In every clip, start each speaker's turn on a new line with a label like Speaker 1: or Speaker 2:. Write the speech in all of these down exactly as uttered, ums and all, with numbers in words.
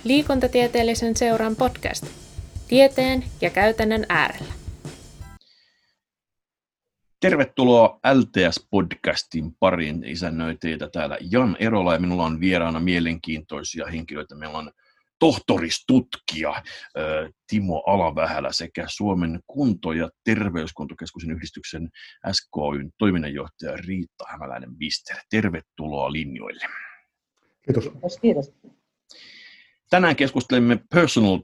Speaker 1: Liikuntatieteellisen seuran podcast. Tieteen ja käytännön äärellä.
Speaker 2: Tervetuloa L T S-podcastin pariin. Isännöi teitä täällä Jan Erola ja minulla on vieraana mielenkiintoisia henkilöitä. Meillä on tohtoristutkija Timo Alavähälä sekä Suomen kunto- ja terveyskuntokeskuksen yhdistyksen S K Y:n toiminnanjohtaja Riitta Hämäläinen-Bister. Tervetuloa linjoille.
Speaker 3: Kiitos.
Speaker 4: Kiitos, kiitos.
Speaker 2: Tänään keskustelemme personal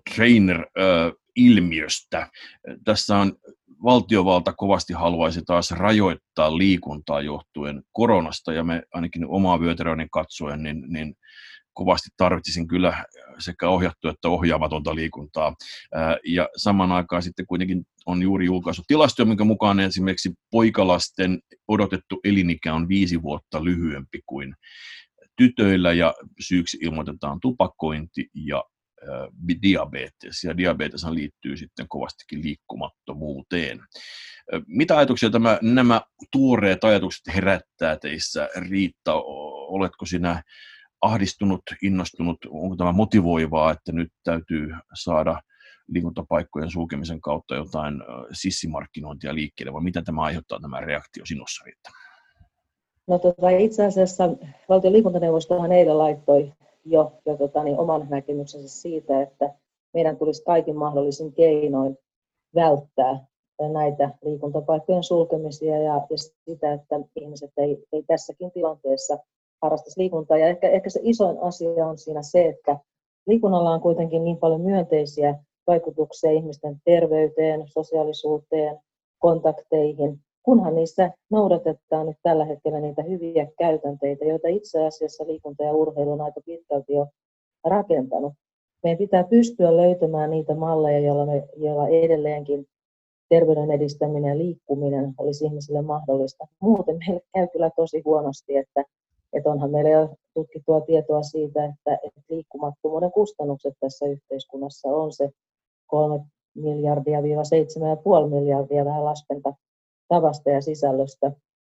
Speaker 2: trainer-ilmiöstä. Tässä on valtiovalta kovasti haluaisi taas rajoittaa liikuntaa johtuen koronasta, ja me ainakin omaa vyötäröni katsoen, niin, niin kovasti tarvitsisin kyllä sekä ohjattua että ohjaamatonta liikuntaa. Ja saman aikaan sitten kuitenkin on juuri julkaistu tilastoja, minkä mukaan esimerkiksi poikalasten odotettu elinikä on viisi vuotta lyhyempi kuin tytöillä, ja syyksi ilmoitetaan tupakointi ja diabetes, ja diabetes liittyy sitten kovastikin liikkumattomuuteen. Mitä ajatuksia tämä, nämä tuoreet ajatukset herättää teissä, Riitta? Oletko sinä ahdistunut, innostunut, onko tämä motivoivaa, että nyt täytyy saada liikuntapaikkojen sulkemisen kautta jotain sissimarkkinointia liikkeelle, vai mitä tämä aiheuttaa, tämä reaktio sinussa, Riitta?
Speaker 4: No, tota, itse asiassa valtion liikuntaneuvostohan eilen laittoi jo, jo tota, niin, oman näkemyksensä siitä, että meidän tulisi kaikin mahdollisin keinoin välttää näitä liikuntapaikkojen sulkemisia ja, ja sitä, että ihmiset ei, ei tässäkin tilanteessa harrastaisi liikuntaa. Ja ehkä, ehkä se isoin asia on siinä se, että liikunnalla on kuitenkin niin paljon myönteisiä vaikutuksia ihmisten terveyteen, sosiaalisuuteen, kontakteihin, kunhan niissä noudatetaan nyt tällä hetkellä niitä hyviä käytänteitä, joita itse asiassa liikunta ja urheilu on aika pitkälti jo rakentanut. Meidän pitää pystyä löytämään niitä malleja, joilla, me, joilla edelleenkin terveyden edistäminen ja liikkuminen olisi ihmisille mahdollista. Muuten meille käy kyllä tosi huonosti, että, että onhan meillä jo tutkittua tietoa siitä, että, että liikkumattomuuden kustannukset tässä yhteiskunnassa on se kolme miljardia viiva seitsemän pilkku viisi miljardia vähän laskenta tavasta ja sisällöstä,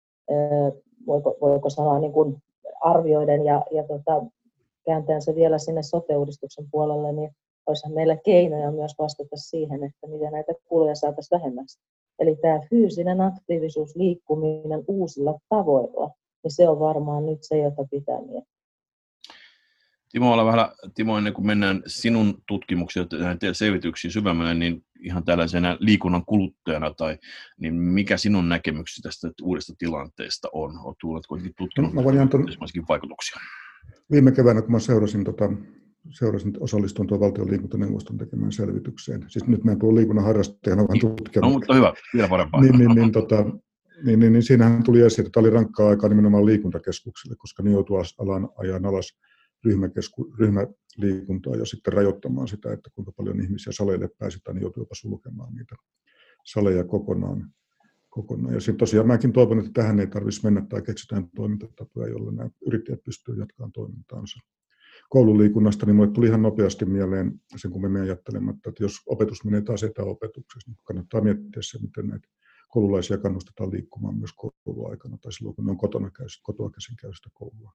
Speaker 4: voiko, voiko sanoa niin kuin arvioiden ja, ja tota, kääntäen se vielä sinne sote-uudistuksen puolelle, niin olisihan meillä keinoja myös vastata siihen, että miten näitä kuluja saataisiin vähemmäksi. Eli tämä fyysinen aktiivisuus, liikkuminen uusilla tavoilla, niin se on varmaan nyt se, jota pitää miettiä.
Speaker 2: Timo, ole vähän, Timo, ennen kuin mennään sinun tutkimuksiin ja selvityksiin syvemmälle, niin ihan tällaisena liikunnan kuluttajana, tai, niin mikä sinun näkemyksesi tästä uudesta tilanteesta on? Oletko tutkinut
Speaker 3: no, ton,
Speaker 2: vaikutuksia?
Speaker 3: Viime keväänä, kun mä seurasin, tota, seurasin osallistuin tuon valtion liikuntaneuvoston tekemään selvitykseen, siis nyt mä en puhu liikunnan harrastajana, vaan tutkijana.
Speaker 2: No, mutta hyvä, vielä parempaa.
Speaker 3: niin, niin, niin, tota, niin, niin, niin siinähän tuli esiin, että tämä oli rankkaa aikaa nimenomaan liikuntakeskuksille, koska ne joutuu alan ajan alas Ryhmäkesku, ryhmäliikuntaa ja sitten rajoittamaan sitä, että kuinka paljon ihmisiä saleille pääsitään, niin joutuu jopa sulkemaan niitä saleja kokonaan. kokonaan. Ja sitten tosiaan mäkin toivon, että tähän ei tarvitsisi mennä tai keksitään toimintatapoja, joilla nämä yrittäjät pystyvät jatkamaan toimintaansa. Koululiikunnasta niin minulle tuli ihan nopeasti mieleen sen, kun me me ajattelematta, että jos opetus menee taas etäopetuksessa, niin kannattaa miettiä se, miten näitä koululaisia kannustetaan liikkumaan myös kouluaikana tai silloin, kun ne on kotona käy, kotoa käsin käy sitä koulua.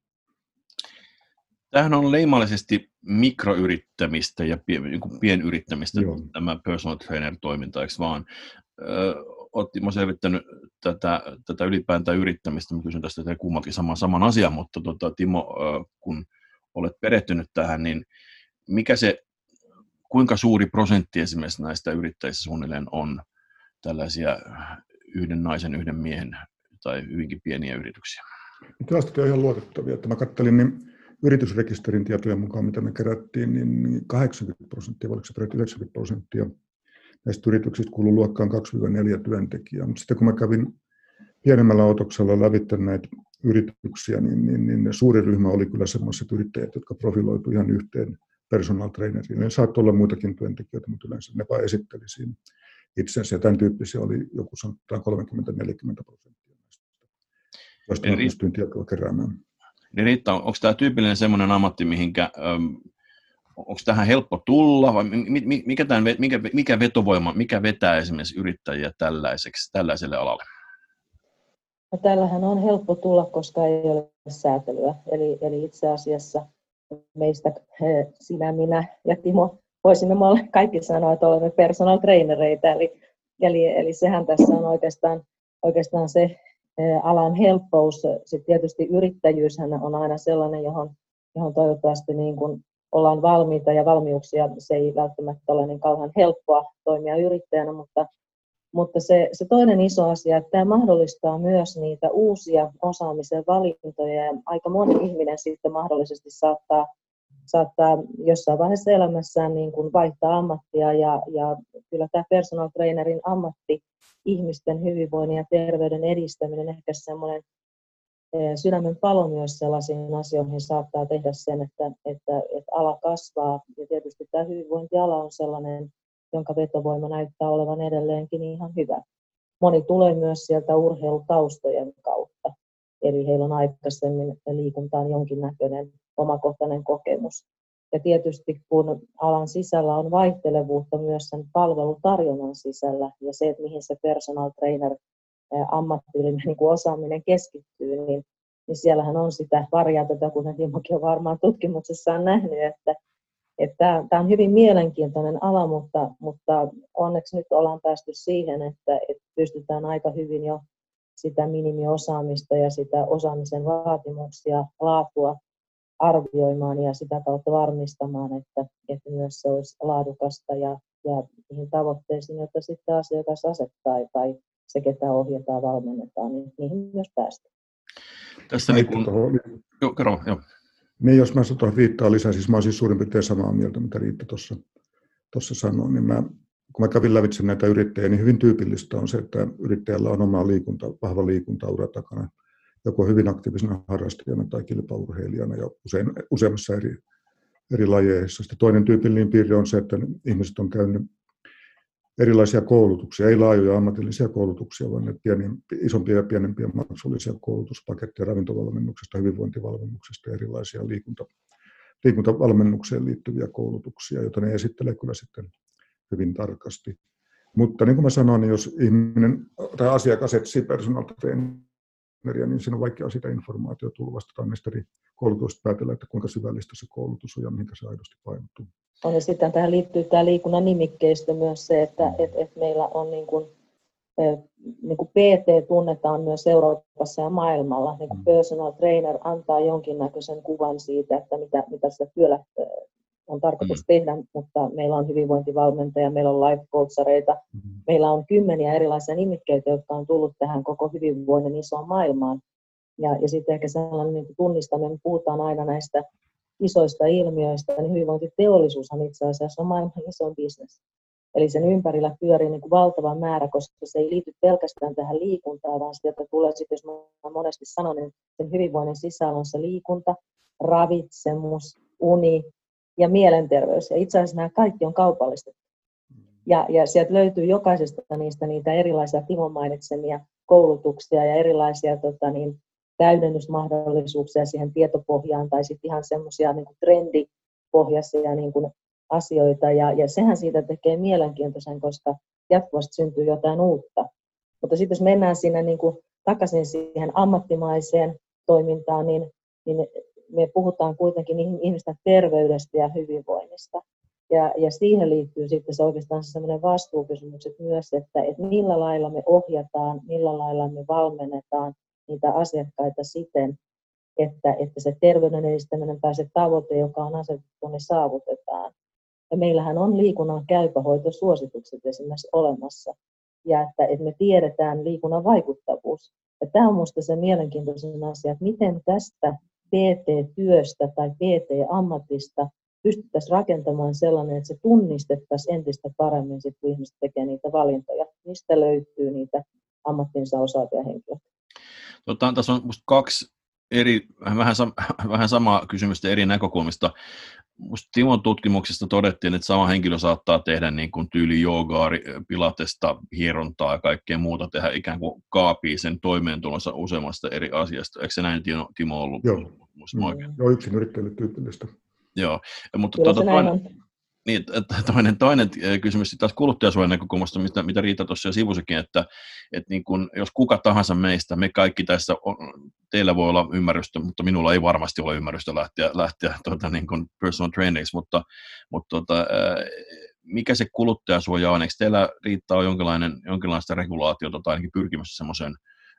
Speaker 2: Tämähän on leimallisesti mikroyrittämistä ja pienyrittämistä, Joo. Tämä personal trainer-toiminta, eikö vaan? Olet Timo selvittänyt tätä, tätä ylipäätään yrittämistä, mä kysyn tästä teidän kummatkin saman, saman asian, mutta tota, Timo, kun olet perehtynyt tähän, niin mikä se, kuinka suuri prosentti esimerkiksi näistä yrittäjistä suunnilleen on tällaisia yhden naisen, yhden miehen tai hyvinkin pieniä yrityksiä?
Speaker 3: Tilastot on ihan luotettavia, että mä katselin, niin yritysrekisterin tietojen mukaan, mitä me kerättiin, niin kahdeksankymmentä prosenttia, oliko se yhdeksänkymmentä prosenttia näistä yrityksistä kuuluu luokkaan kaksi neljä työntekijää. Mutta sitten kun mä kävin pienemmällä otoksella lävitse näitä yrityksiä, niin, niin, niin suuri ryhmä oli kyllä sellaiset yrittäjät, jotka profiloitu ihan yhteen personal traineriin. Ne saattoi olla muitakin työntekijöitä, mutta yleensä ne vaan esitteli siinä itsensä. Ja tämän tyyppisiä oli joku sanotaan kolmekymmentä neljäkymmentä prosenttia näistä, joista mä pystyin tietoa keräämään.
Speaker 2: Niin Riitta, onko tämä tyypillinen semmoinen ammatti, mihinkä, onko tähän helppo tulla, vai mikä, tämän, mikä, mikä vetovoima, mikä vetää esimerkiksi yrittäjiä tällaiseksi, tällaiselle alalle?
Speaker 4: No, tällähän on helppo tulla, koska ei ole säätelyä. Eli, eli itse asiassa meistä, sinä, minä ja Timo, voisimme kaikki sanoa, että olemme personal trainereita, eli, eli, eli sehän tässä on oikeastaan, oikeastaan se alan helppous. Sitten tietysti yrittäjyyshän on aina sellainen, johon, johon toivottavasti niin kuin ollaan valmiita ja valmiuksia. Se ei välttämättä ole niin kauhean helppoa toimia yrittäjänä, mutta, mutta se, se toinen iso asia, että tämä mahdollistaa myös niitä uusia osaamisen valintoja ja aika moni ihminen sitten mahdollisesti saattaa, saattaa jossain vaiheessa elämässään niin kuin vaihtaa ammattia ja, ja kyllä tämä personal trainerin ammatti, ihmisten hyvinvoinnin ja terveyden edistäminen, ehkä semmoinen sydämen palo myös sellaisiin asioihin saattaa tehdä sen, että, että, että ala kasvaa. Ja tietysti tämä hyvinvointiala on sellainen, jonka vetovoima näyttää olevan edelleenkin ihan hyvä. Moni tulee myös sieltä urheilutaustojen kautta, eli heillä on aikaisemmin liikuntaan jonkinnäköinen omakohtainen kokemus. Ja tietysti kun alan sisällä on vaihtelevuutta myös sen palvelutarjonnan sisällä ja se, että mihin se personal trainer ammatillinen niin kuin osaaminen keskittyy, niin, niin siellähän on sitä variaatiota, kuten Timokin on varmaan tutkimuksessaan nähnyt, että, että tämä on hyvin mielenkiintoinen ala, mutta, mutta onneksi nyt ollaan päästy siihen, että, että pystytään aika hyvin jo sitä minimiosaamista ja sitä osaamisen vaatimuksia, laatua arvioimaan ja sitä kautta varmistamaan, että, että myös se olisi laadukasta ja, ja niihin tavoitteisiin, joita sitten asiakas asettaa tai se, ketä ohjataan, valmennetaan, niin niihin myös päästään.
Speaker 2: Tässä niin kun... Joo, kerro, joo.
Speaker 3: Niin, jos mä tuohon Riittaan lisää, siis mä olen siis suurin piirtein samaa mieltä, mitä Riitta tuossa sanoi, niin mä, kun mä kävin lävitse näitä yrittäjiä, niin hyvin tyypillistä on se, että yrittäjällä on oma liikunta, vahva liikuntaura takana, joko hyvin aktiivisena harrastajana tai kilpaurheilijana ja usein, useammassa eri, eri lajeissa. Sitten toinen tyypillinen piirre on se, että ihmiset on käynyt erilaisia koulutuksia, ei laajoja ammatillisia koulutuksia, vaan ne pieniä, isompia ja pienempiä maksullisia koulutuspaketteja ravintovalmennuksesta, hyvinvointivalmennuksesta ja erilaisia liikunta, liikuntavalmennukseen liittyviä koulutuksia, joita ne esittelee kyllä sitten hyvin tarkasti. Mutta niin kuin mä sanoin, niin jos ihminen tai asiakas etsii personal traineria, niin siinä on vaikea sitä informaatiota tulvasta tai näistä eri koulutusta päätellä, että kuinka syvällistä se koulutus on ja mihinkä se aidosti painottuu.
Speaker 4: On, ja sitten tähän liittyy tämä liikunnan nimikkeistä myös se, että et, et meillä on niin kuin, niin kuin P T tunnetaan myös Euroopassa ja maailmalla. Niin kuin personal trainer antaa jonkinnäköisen kuvan siitä, että mitä, mitä sitä työllä on tarkoitus mm. tehdä, mutta meillä on hyvinvointivalmentajia, meillä on life coachereita, mm. meillä on kymmeniä erilaisia nimikkeitä, jotka on tullut tähän koko hyvinvoinnin isoon maailmaan. Ja, ja sitten ehkä sellainen niin kuin tunnistaminen, puhutaan aina näistä isoista ilmiöistä, niin hyvinvointiteollisuushan itse asiassa on maailman isoin bisnes. Eli sen ympärillä pyörii niin kuin valtava määrä, koska se ei liity pelkästään tähän liikuntaan, vaan sieltä tulee sitten, jos mä monesti sanon, niin sen hyvinvoinnin sisällä on se liikunta, ravitsemus, uni ja mielenterveys. Ja itse asiassa nämä kaikki on kaupallistettu. Ja, ja sieltä löytyy jokaisesta niistä niitä erilaisia Timon mainitsemia koulutuksia ja erilaisia tota, niin, täydennysmahdollisuuksia siihen tietopohjaan tai sitten ihan semmoisia niin kuin trendipohjaisia niin kuin asioita. Ja, ja sehän siitä tekee mielenkiintoisen, koska jatkuvasti syntyy jotain uutta. Mutta sitten jos mennään siinä niin kuin takaisin siihen ammattimaiseen toimintaan, niin, niin me puhutaan kuitenkin ihmisten terveydestä ja hyvinvoinnista. Ja, ja siihen liittyy sitten se oikeastaan semmoinen vastuukysymykset myös, että, että millä lailla me ohjataan, millä lailla me valmennetaan niitä asiakkaita siten, että, että se terveyden edistäminen tai se tavoite, joka on asetettu, niin saavutetaan. Ja meillähän on liikunnan käypähoitosuositukset esimerkiksi olemassa, ja että, että me tiedetään liikunnan vaikuttavuus. Ja tämä on minusta se mielenkiintoinen asia, että miten tästä P T-työstä tai P T-ammatista pystyttäisiin rakentamaan sellainen, että se tunnistettaisiin entistä paremmin, sit, kun ihmiset tekee niitä valintoja, mistä löytyy niitä ammattinsa osaavia henkilöitä.
Speaker 2: Tota, tässä on musta kaksi eri, vähän, vähän samaa kysymystä eri näkökulmista. Musta Timon tutkimuksesta todettiin, että sama henkilö saattaa tehdä niin kuin tyyli joogaa, pilatesta, hierontaa ja kaikkea muuta, tehdä ikään kuin kaapii sen toimeentulonsa useammasta eri asiasta. Eikö se näin, Timo, ollut?
Speaker 3: Joo, Joo yksin yrittäjille tyypillistä.
Speaker 2: Joo, mutta
Speaker 4: Kyllä
Speaker 2: tuota,
Speaker 4: se näin on.
Speaker 2: Niin, toinen, toinen kysymys taas kuluttajasuojan näkökulmasta, mitä, mitä Riita tuossa jo sivusikin, että, että niin kun, jos kuka tahansa meistä, me kaikki tässä, teillä voi olla ymmärrystä, mutta minulla ei varmasti ole ymmärrystä lähteä, lähteä tuota, niin kuin personal trainingiksi, mutta, mutta tuota, mikä se kuluttajasuoja on? Eikö teillä Riitta on jonkinlainen, jonkinlaista regulaatiota tai ainakin pyrkimys semmoiseen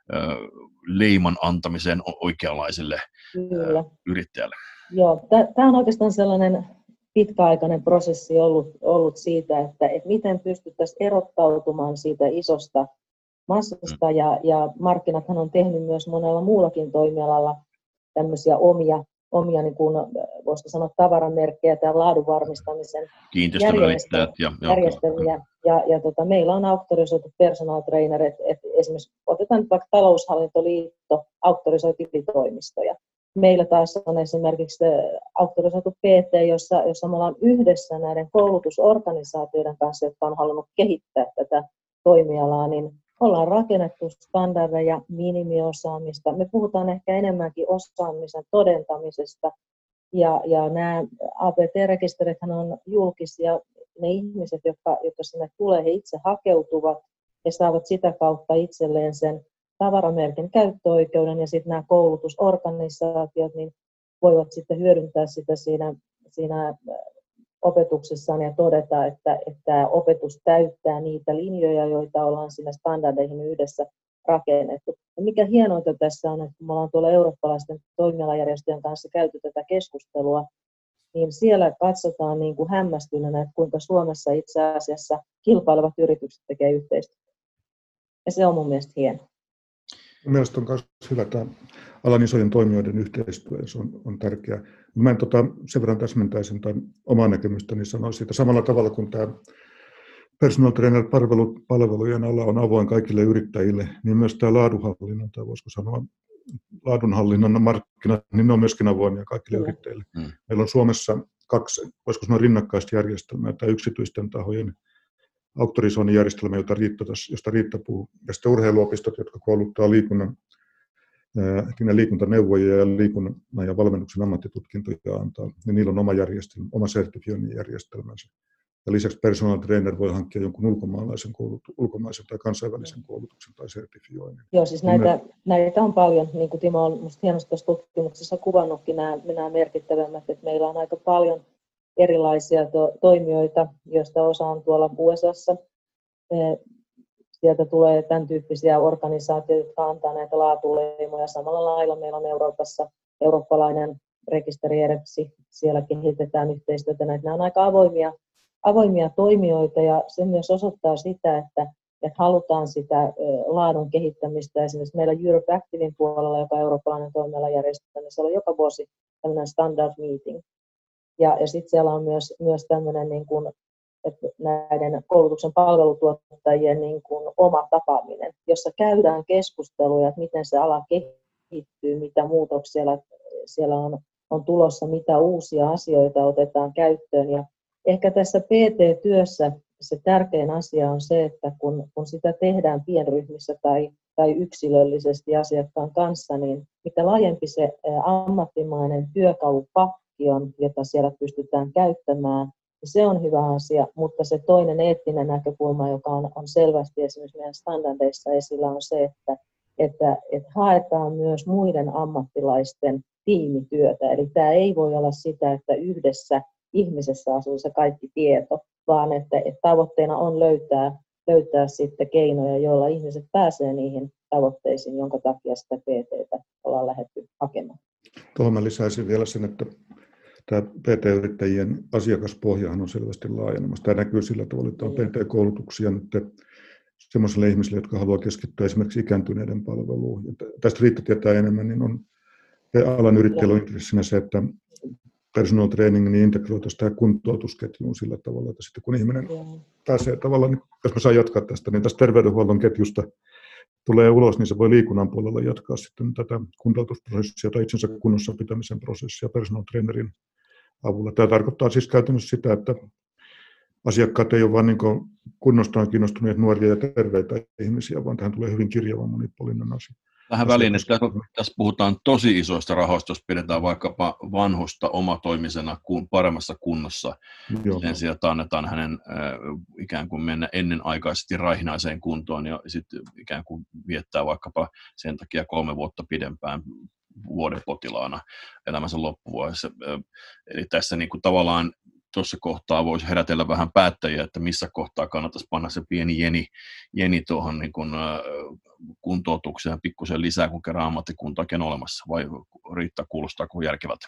Speaker 2: leiman antamiseen oikeanlaiselle Kyllä. yrittäjälle?
Speaker 4: Joo, tämä on oikeastaan sellainen pitkäaikainen prosessi ollut, ollut siitä, että, että miten pystyttäisiin erottautumaan siitä isosta massasta, mm. ja, ja markkinathan on tehnyt myös monella muullakin toimialalla tämmöisiä omia, omia niin kuin, voisiko sanoa tavaramerkkejä tai laadun varmistamisen
Speaker 2: kiinteistövälittäjät ja
Speaker 4: järjestelmiä. Ja, ja tota, meillä on auktorisoitu personal trainer, että et esimerkiksi otetaan nyt vaikka Taloushallintoliitto auktorisoi tilitoimistoja. Meillä taas on esimerkiksi auktorisoitu P T, jossa, jossa me ollaan yhdessä näiden koulutusorganisaatioiden kanssa, jotka on halunnut kehittää tätä toimialaa, niin ollaan rakennettu standardeja, minimiosaamista. Me puhutaan ehkä enemmänkin osaamisen todentamisesta. Ja, ja nämä A P T-rekisterithän on julkisia. Ne ihmiset, jotka, jotka sinne tulee, he itse hakeutuvat ja saavat sitä kautta itselleen sen tavaramerkin käyttöoikeuden, ja sitten nämä koulutusorganisaatiot niin voivat sitten hyödyntää sitä siinä, siinä opetuksessaan ja todeta, että, että tämä opetus täyttää niitä linjoja, joita ollaan siinä standardeihin yhdessä rakennettu. Ja mikä hienointa tässä on, että kun me ollaan tuolla eurooppalaisten toimialajärjestöjen kanssa käyty tätä keskustelua, niin siellä katsotaan niin kuin hämmästyneenä, että kuinka Suomessa itse asiassa kilpailevat yritykset tekee yhteistyötä. Ja se on mun mielestä hienoa.
Speaker 3: Mielestäni on myös hyvä tämä alan isojen toimijoiden yhteistyö, se on, on tärkeää. Mä en tota, sen verran täsmentäisin tai omaa näkemystäni sanoisin, että samalla tavalla kuin tämä personal trainer palvelujen ala on avoin kaikille yrittäjille, niin myös tämä laadunhallinnon, tai voisiko sanoa laadunhallinnon markkinat, niin ne on myöskin avoimia kaikille mm. yrittäjille. Mm. Meillä on Suomessa kaksi, voisiko sanoa rinnakkaista järjestelmää, tämä yksityisten tahojen auktorisoinnin järjestelmä, jota Riitta, josta Riitta puhuu, ja sitten urheiluopistot, jotka kouluttaa liikunnan, liikuntaneuvoja ja liikunnan ja valmennuksen ammattitutkintoja antaa, niin niillä on oma järjestelmä, oma sertifioinnin järjestelmänsä. Ja lisäksi personal trainer voi hankkia jonkun ulkomaalaisen koulutu, ulkomaisen tai kansainvälisen koulutuksen tai sertifioinnin.
Speaker 4: Joo, siis näitä, me... näitä on paljon, niin kuin Timo on minusta hienosti tuossa tutkimuksessa kuvannutkin nämä, nämä merkittävämmät, että meillä on aika paljon erilaisia to, toimijoita, joista osa on tuolla U S A:ssa. Sieltä tulee tämän tyyppisiä organisaatioita, jotka antaa näitä laatuleimoja. Samalla lailla meillä on Euroopassa eurooppalainen rekisteri E R E P S I, siellä kehitetään yhteistyötä. Nämä on aika avoimia, avoimia toimijoita, ja se myös osoittaa sitä, että, että halutaan sitä laadun kehittämistä. Esimerkiksi meillä Europe Activin puolella, joka on eurooppalainen toimialajärjestö, niin siellä on joka vuosi tämmöinen standard meeting. Ja, ja sitten siellä on myös, myös tämmöinen niin kuin, että näiden koulutuksen palvelutuottajien niin kuin oma tapaaminen, jossa käydään keskusteluja, että miten se ala kehittyy, mitä muutoksia siellä, siellä on, on tulossa, mitä uusia asioita otetaan käyttöön. Ja ehkä tässä P T-työssä se tärkein asia on se, että kun, kun sitä tehdään pienryhmissä tai, tai yksilöllisesti asiakkaan kanssa, niin mitä laajempi se ammattimainen työkalupakki on, jota siellä pystytään käyttämään, se on hyvä asia, mutta se toinen eettinen näkökulma, joka on, on selvästi esimerkiksi meidän standardeissa esillä, on se, että, että, että haetaan myös muiden ammattilaisten tiimityötä. Eli tämä ei voi olla sitä, että yhdessä ihmisessä asuu se kaikki tieto, vaan että, että tavoitteena on löytää, löytää sitten keinoja, joilla ihmiset pääsee niihin tavoitteisiin, jonka takia sitä P T:tä ollaan lähdetty hakemaan.
Speaker 3: Tuohon mä lisäisin vielä sen, että tämä P T-yrittäjien asiakaspohjahan on selvästi laajenemassa. Tämä näkyy sillä tavalla, että on P T-koulutuksia nyt sellaisille ihmisille, jotka haluaa keskittyä esimerkiksi ikääntyneiden palveluun. Ja tästä Riitta tietää enemmän, niin on alan yrittäjällä on intressinä se, että personal training niin integroitaisiin tähän kuntoutusketjuun sillä tavalla, että sitten kun ihminen pääsee tavallaan, niin jos mä saan jatkaa tästä, niin tästä terveydenhuollon ketjusta tulee ulos, niin se voi liikunnan puolella jatkaa sitten tätä kuntoutusprosessia tai itsensä kunnossa pitämisen prosessia personal trainerin avulla. Tämä tarkoittaa siis käytännössä sitä, että asiakkaat ei ole vain niin kunnostaan kiinnostuneet nuoria ja terveitä ihmisiä, vaan tähän tulee hyvin kirjava monipuolinen asia.
Speaker 2: Tähän väliin, että tässä puhutaan tosi isoista rahoista, jos pidetään vaikkapa vanhusta omatoimisena paremmassa kunnossa. Joo. Sen sijaan, että annetaan hänen äh, ikään kuin mennä ennenaikaisesti raihnaiseen kuntoon ja sitten ikään kuin viettää vaikkapa sen takia kolme vuotta pidempään vuoden potilaana elämänsä loppuvuodessa. Eli tässä niin kuin tavallaan tuossa kohtaa voisi herätellä vähän päättäjiä, että missä kohtaa kannattaisi panna se pieni jeni, jeni tuohon niin kuin, äh, kuntoutukseen pikkusen lisää, kun kerran ammattikuntaakin on olemassa, vai riittää, kuulostaako järkevältä?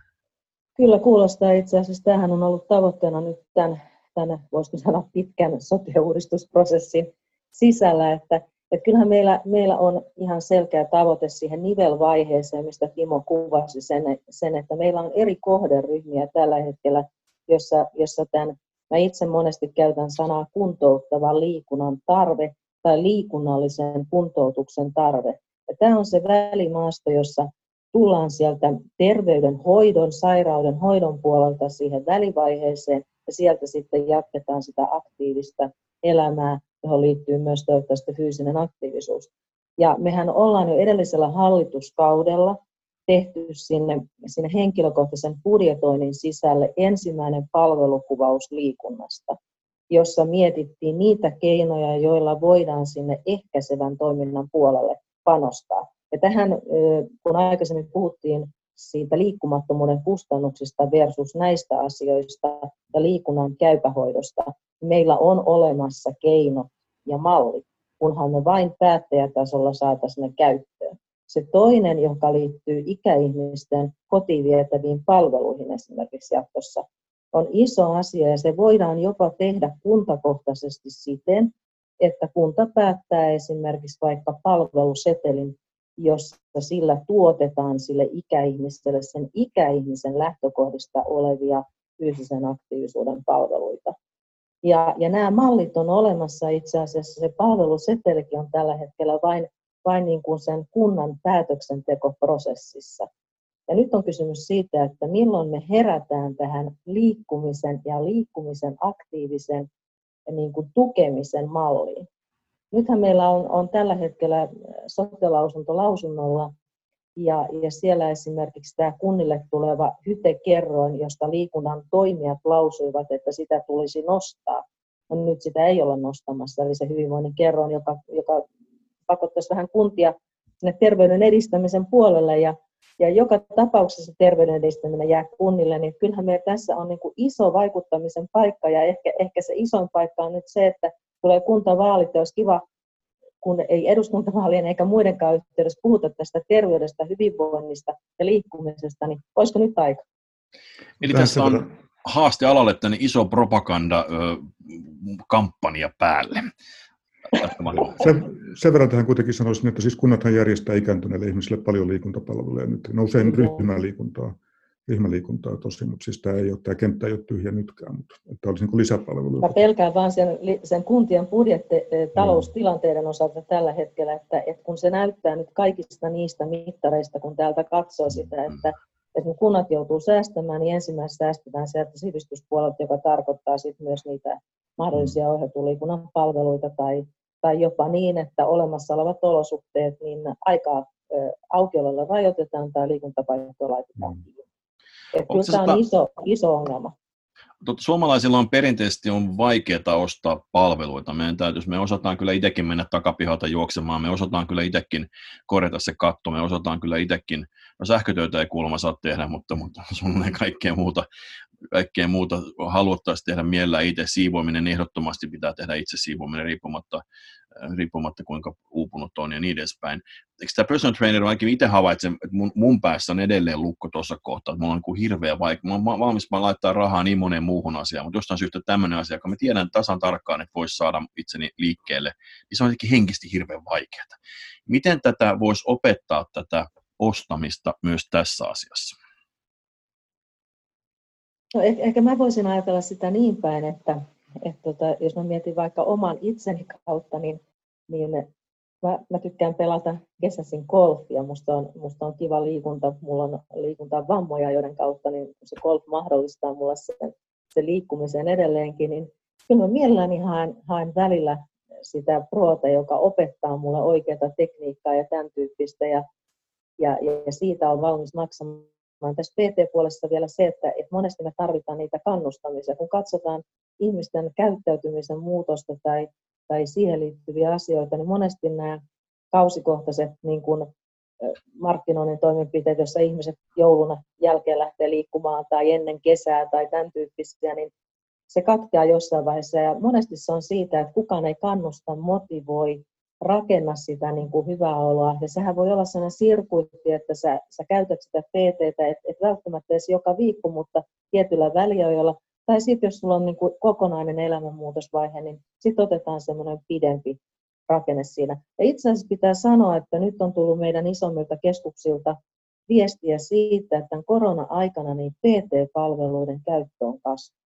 Speaker 4: Kyllä kuulostaa itse asiassa. Tämähän on ollut tavoitteena nyt tämän, tämän voisiko sanoa pitkän sote-uudistusprosessin sisällä, että, että kyllähän meillä, meillä on ihan selkeä tavoite siihen nivelvaiheeseen, mistä Timo kuvasi sen, sen että meillä on eri kohderyhmiä tällä hetkellä, jossa, jossa tämän, mä itse monesti käytän sanaa kuntouttavan liikunnan tarve tai liikunnallisen kuntoutuksen tarve. Ja tämä on se välimaasto, jossa tullaan sieltä terveydenhoidon, sairauden hoidon puolelta siihen välivaiheeseen ja sieltä sitten jatketaan sitä aktiivista elämää, johon liittyy myös toivottavasti fyysinen aktiivisuus. Ja mehän ollaan jo edellisellä hallituskaudella tehty sinne, sinne henkilökohtaisen budjetoinnin sisälle ensimmäinen palvelukuvaus liikunnasta, jossa mietittiin niitä keinoja, joilla voidaan sinne ehkäisevän toiminnan puolelle panostaa. Ja tähän, kun aikaisemmin puhuttiin siitä liikkumattomuuden kustannuksista versus näistä asioista ja liikunnan käypähoidosta, meillä on olemassa keino ja malli, kunhan me vain päättäjätasolla saataisiin ne käyttöön. Se toinen, joka liittyy ikäihmisten kotiin vietäviin palveluihin esimerkiksi jatkossa, on iso asia ja se voidaan jopa tehdä kuntakohtaisesti siten, että kunta päättää esimerkiksi vaikka palvelusetelin, jossa sillä tuotetaan sille ikäihmiselle sen ikäihmisen lähtökohdista olevia fyysisen aktiivisuuden palveluita. Ja, ja nämä mallit on olemassa itse asiassa, se palvelusetelikin on tällä hetkellä vain, vain niin kuin sen kunnan päätöksentekoprosessissa. Ja nyt on kysymys siitä, että milloin me herätään tähän liikkumisen ja liikkumisen aktiivisen niin kuin tukemisen malliin. Nythän meillä on, on tällä hetkellä sote-lausunto lausunnolla ja, ja siellä esimerkiksi tämä kunnille tuleva hytekerroin, josta liikunnan toimijat lausuivat, että sitä tulisi nostaa. No nyt sitä ei olla nostamassa, eli se hyvinvoinnin kerroin, joka, joka pakottaisi vähän kuntia sinne terveyden edistämisen puolelle ja, ja joka tapauksessa terveyden edistäminen jää kunnille, niin kyllähän meillä tässä on niin kuin iso vaikuttamisen paikka ja ehkä, ehkä se isoin paikka on nyt se, että tulee kuntavaalit ja olisi kiva, kun ei eduskuntavaalien eikä muidenkaan yhteydessä puhuta tästä terveydestä, hyvinvoinnista ja liikkumisesta, niin olisiko nyt aika?
Speaker 2: Eli tässä on haaste alalle tänne iso propagandakampanja päälle.
Speaker 3: Sen, sen verran tähän kuitenkin sanoisin, että siis kunnathan järjestää ikääntyneille ihmisille paljon liikuntapalveluja nyt. No usein ryhmäliikuntaa, ryhmäliikuntaa tosi, mutta siis tämä, ei ole, tämä kenttä ei ole tyhjä nytkään, mutta tämä olisi niin lisäpalveluja.
Speaker 4: Mä pelkään vaan sen, sen kuntien budjettitaloustilanteiden osalta tällä hetkellä, että, että kun se näyttää nyt kaikista niistä mittareista, kun täältä katsoo sitä, että, että kun kunnat joutuu säästämään, niin ensimmäisenä säästetään sieltä sivistyspuolelta, joka tarkoittaa sitten myös niitä mahdollisia ohjatun liikunnan palveluita tai, tai jopa niin, että olemassa olevat olosuhteet, niin aikaa aukiololla rajoitetaan tai liikuntapaikkoja laitetaan kiinni. Että kyllä tämä on iso, iso ongelma.
Speaker 2: Suomalaisilla on perinteisesti on vaikeaa ostaa palveluita. Meidän täytyisi, me osataan kyllä itsekin mennä takapihalta juoksemaan, me osataan kyllä itsekin korjata se katto, me osataan kyllä itsekin, no sähkötöitä ei kuulemma saa tehdä, mutta, mutta suunnilleen kaikkea muuta, kaikkea muuta haluttaisiin tehdä mielellä itse. Siivoaminen ehdottomasti pitää tehdä itse siivoaminen riippumatta, riippumatta kuinka uupunut on ja niin edespäin. Eikö tämä personal trainer, ainakin itse havaitsen, että mun, mun päässä on edelleen lukko tuossa kohtaa, että mulla on niin hirveä vaikea, mä oon valmis laittaa rahaa niin moneen muuhun asiaan, mutta jostain syystä tämmöinen asia, kun mä tiedän tasan tarkkaan, että voisi saada itseni liikkeelle, niin se on jotenkin henkisesti hirveän vaikeaa. Miten tätä voisi opettaa, tätä ostamista myös tässä asiassa?
Speaker 4: No, ehkä, ehkä mä voisin ajatella sitä niin päin, että, että tota, jos mä mietin vaikka oman itseni kautta, niin, niin mä, mä tykkään pelata kesäisin golfia. Musta on, musta on kiva liikunta. Mulla on liikuntavammoja, joiden kautta niin se golf mahdollistaa mulle sen, sen liikkumisen edelleenkin. Niin kyllä mä mielelläni haen, haen välillä sitä proota, joka opettaa mulle oikeaa tekniikkaa ja tämän tyyppistä, ja, ja, ja siitä on valmis maksamaan. Tässä P T-puolessa vielä se, että, että monesti me tarvitaan niitä kannustamisia. Kun katsotaan ihmisten käyttäytymisen muutosta tai, tai siihen liittyviä asioita, niin monesti nämä kausikohtaiset niin kuin markkinoinnin toimenpiteet, joissa ihmiset joulun jälkeen lähtee liikkumaan tai ennen kesää tai tämän tyyppisiä, niin se katkeaa jossain vaiheessa. Ja monesti se on siitä, että kukaan ei kannusta, motivoi, rakenna sitä niin kuin hyvää oloa. Ja sehän voi olla sellainen sirkuitti, että sä, sä käytät sitä P T:tä, et, et välttämättä edes joka viikko, mutta tietyllä väliajoilla. Tai sitten jos sulla on niin kuin kokonainen elämänmuutosvaihe, niin sitten otetaan semmoinen pidempi rakenne siinä. Ja itse asiassa pitää sanoa, että nyt on tullut meidän isommilta keskuksilta viestiä siitä, että tämän korona-aikana niin P T-palveluiden käyttö on kasvanut.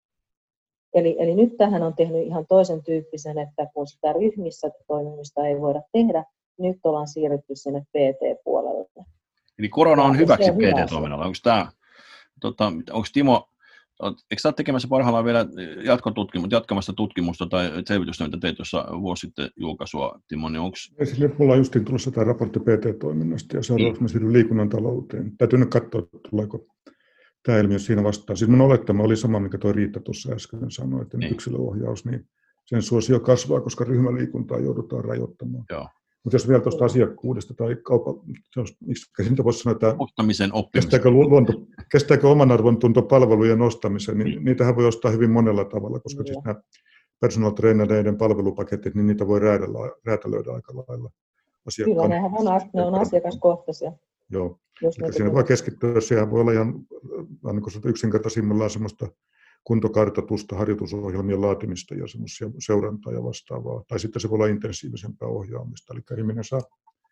Speaker 4: Eli, eli nyt tähän on tehnyt ihan toisen tyyppisen, että kun sitä ryhmissä toimimista ei voida tehda, nyt ollaan siirrytty sinne P T-puolelle.
Speaker 2: Eli korona on
Speaker 4: ja
Speaker 2: hyväksi
Speaker 4: on
Speaker 2: P T-toiminnalla. Onko tämä, tota, onko Timo, eikö sä ole tekemässä parhaillaan vielä jatkotutkimusta, jatkamasta tutkimusta tai selvitystä, mitä teit tuossa vuosi sitten julkaisua, Timo, niin onko...
Speaker 3: Sille mulla on justiin tulossa tämä raportti P T-toiminnasta ja seuraavaksi mä siirryn liikunnan talouteen. Täytyy nyt katsoa, tuleeko tämä ilmiö siinä vastaan. Siis mun olettama oli sama, mikä tuo Riitta tuossa äsken sanoi, että niin. yksilöohjaus, niin sen suosio kasvaa, koska ryhmäliikuntaa joudutaan rajoittamaan. Mutta jos vielä tuosta asiakkuudesta tai kaupan, miksi niitä voisi sanoa, että kestääkö, luonto, kestääkö oman arvon tunto palvelujen ostamisen, niin, niin niitähän voi ostaa hyvin monella tavalla, koska siis nämä personal trainereiden palvelupaketit, niin niitä voi räädellä, räätälöidä aika lailla asiakkaan.
Speaker 4: Kyllä, on, ne on asiakaskohtaisia.
Speaker 3: Joo, eli siinä voi keskittyä, sehän voi olla ihan niin yksinkertaisimmillaan semmoista kuntokartoitusta, harjoitusohjelmien laatimista ja semmoisia seurantaa ja vastaavaa. Tai sitten se voi olla intensiivisempää ohjaamista, eli ihminen saa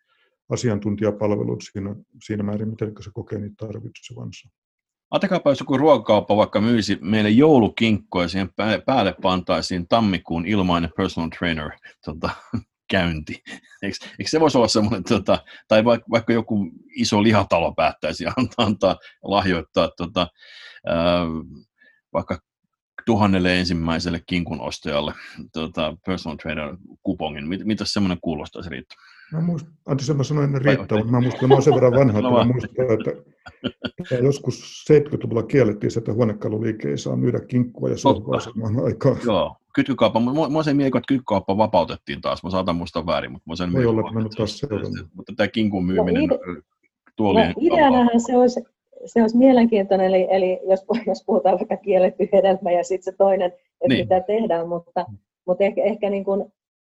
Speaker 3: asiantuntijapalvelut siinä, siinä määrin, miten se kokee niitä tarvitsevansa.
Speaker 2: Ajatelkaapa, jos joku ruokakauppa vaikka myisi meille joulukinkkoa ja siihen päälle pantaisiin tammikuun ilmainen personal trainer tota, käynti. Eikö, eikö se voisi olla semmoinen, tota, tai vaikka, vaikka joku iso lihatalo päättäisi antaa, antaa lahjoittaa tota, ää, vaikka tuhannelle ensimmäiselle kinkun ostajalle tota, personal trainer kupongin. Mit, mitä semmoinen kuulostaisi, Riitta?
Speaker 3: Mä muistan, anteeksi, mä sanoin ennen Riittaa, mutta mä muistan, että mä olen sen verran vanha, että mä muistan, että joskus seitsemänkymmentäluvulla kiellettiin se, että huonekaluliike ei saa myydä kinkkua ja sohvaa samaan aikaan.
Speaker 2: Joo, kytkykauppa. Mä sen mielikuva, että kytkykauppa vapautettiin taas. Mä saatan muistaa väärin, mutta mä sen
Speaker 3: voi olla, että mä nyt taas seurannut.
Speaker 2: Mutta tämä kinkun myyminen
Speaker 4: no, ide-
Speaker 2: tuolien...
Speaker 4: No, ideanahan se olisi, se olisi mielenkiintoinen, eli, eli jos, jos puhutaan vaikka kielletty hedelmä ja sitten se toinen, että niin. mitä tehdään, mutta, mutta ehkä, ehkä niin kuin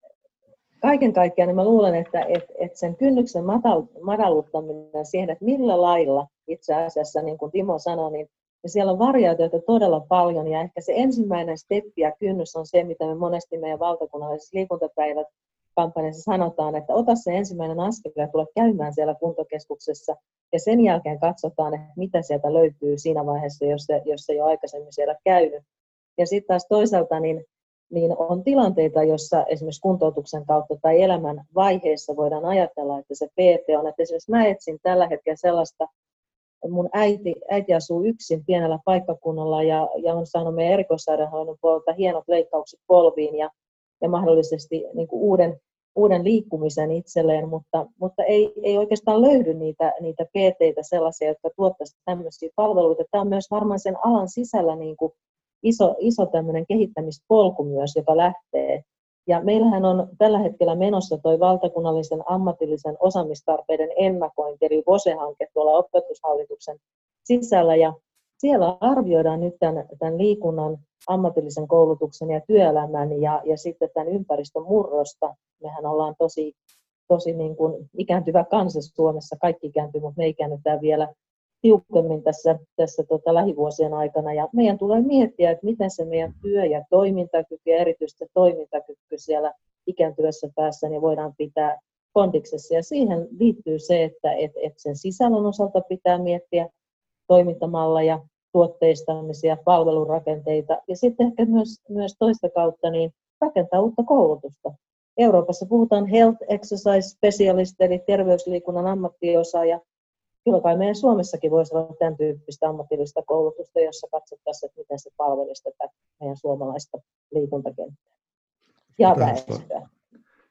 Speaker 4: kaiken kaikkiaan niin mä luulen, että, että, että sen kynnyksen matal, madalluttaminen siihen, että millä lailla itse asiassa, niin kuin Timo sanoi, niin, niin siellä on variaatioita todella paljon, ja ehkä se ensimmäinen steppi ja kynnys on se, mitä me monesti meidän valtakunnallisessa liikuntapäivät kampanjassa sanotaan, että ota se ensimmäinen askel ja tule käymään siellä kuntokeskuksessa, ja sen jälkeen katsotaan, että mitä sieltä löytyy siinä vaiheessa, jos se, jos se ei ole aikaisemmin siellä käynyt. Ja sitten taas toisaalta niin, niin on tilanteita, jossa esimerkiksi kuntoutuksen kautta tai elämän vaiheessa voidaan ajatella, että se P T on, että esimerkiksi mä etsin tällä hetkellä sellaista, mun äiti, äiti asuu yksin pienellä paikkakunnalla ja, ja on saanut meidän erikoissairaanhoidon puolelta hienot leikkaukset polviin ja, ja mahdollisesti niin kuin uuden, uuden liikkumisen itselleen, mutta, mutta ei, ei oikeastaan löydy niitä, niitä P T:itä sellaisia, jotka tuottaisivat tämmöisiä palveluita. Tämä on myös varmaan sen alan sisällä niin kuin iso, iso tämmöinen kehittämispolku myös, joka lähtee. Ja meillähän on tällä hetkellä menossa tuo valtakunnallisen ammatillisen osaamistarpeiden ennakointi, eli V O S E-hanke tuolla opetushallituksen sisällä, ja siellä arvioidaan nyt tämän, tämän liikunnan, ammatillisen koulutuksen ja työelämän ja, ja sitten tämän ympäristön murrosta. Mehän ollaan tosi, tosi niin kuin ikääntyvä kansa Suomessa, kaikki ikääntyy, mutta me ikäännytään vielä tiukemmin tässä, tässä tota lähivuosien aikana, ja meidän tulee miettiä, että miten se meidän työ ja toimintakyky ja erityisesti toimintakyky siellä ikääntyvässä päässä niin voidaan pitää kondiksessa, ja siihen liittyy se, että et, et sen sisällön osalta pitää miettiä toimintamalleja, tuotteistamisia, palvelurakenteita, ja sitten ehkä myös, myös toista kautta niin rakentaa uutta koulutusta. Euroopassa puhutaan health exercise specialist, eli terveysliikunnan ammattiosaaja. Kyllä kai meidän Suomessakin voisi olla tämän tyyppistä ammatillista koulutusta, jossa katsottaisiin, että miten se palvelisi tätä meidän suomalaista liikuntakenttää ja väestöä.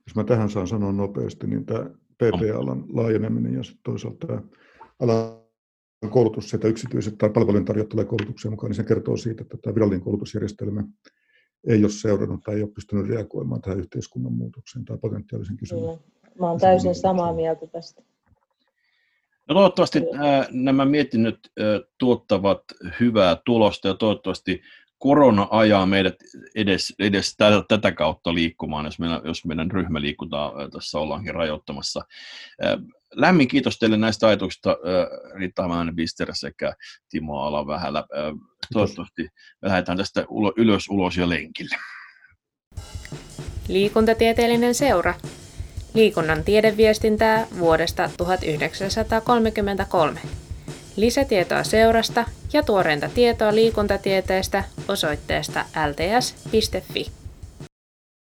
Speaker 3: Jos mä tähän saan sanoa nopeasti, niin tämä P T-alan laajeneminen ja toisaalta tämä alan koulutus, että yksityiset tai palveluntarjoajat tulee koulutukseen mukaan, niin se kertoo siitä, että tämä virallinen koulutusjärjestelmä ei ole seurannut tai ei ole pystynyt reagoimaan tähän yhteiskunnan muutokseen tai potentiaalisen kysynnän.
Speaker 4: Mä olen täysin samaa mieltä tästä.
Speaker 2: No toivottavasti äh, nämä mietinnöt äh, tuottavat hyvää tulosta ja toivottavasti korona ajaa meidät edes, edes tätä, tätä kautta liikkumaan, jos meidän, jos meidän ryhmäliikuntaa äh, tässä ollaankin rajoittamassa. Äh, lämmin kiitos teille näistä ajatuksista, äh, Riitta Hämäläinen-Bister sekä Timo Alavähälä. Äh, toivottavasti me lähdetään tästä ulo, ylös, ulos ja lenkille.
Speaker 1: Liikuntatieteellinen seura. Liikunnan tiedeviestintää vuodesta tuhatyhdeksänsataakolmekymmentäkolme. Lisätietoa seurasta ja tuoreinta tietoa liikuntatieteestä osoitteesta l t s piste f i.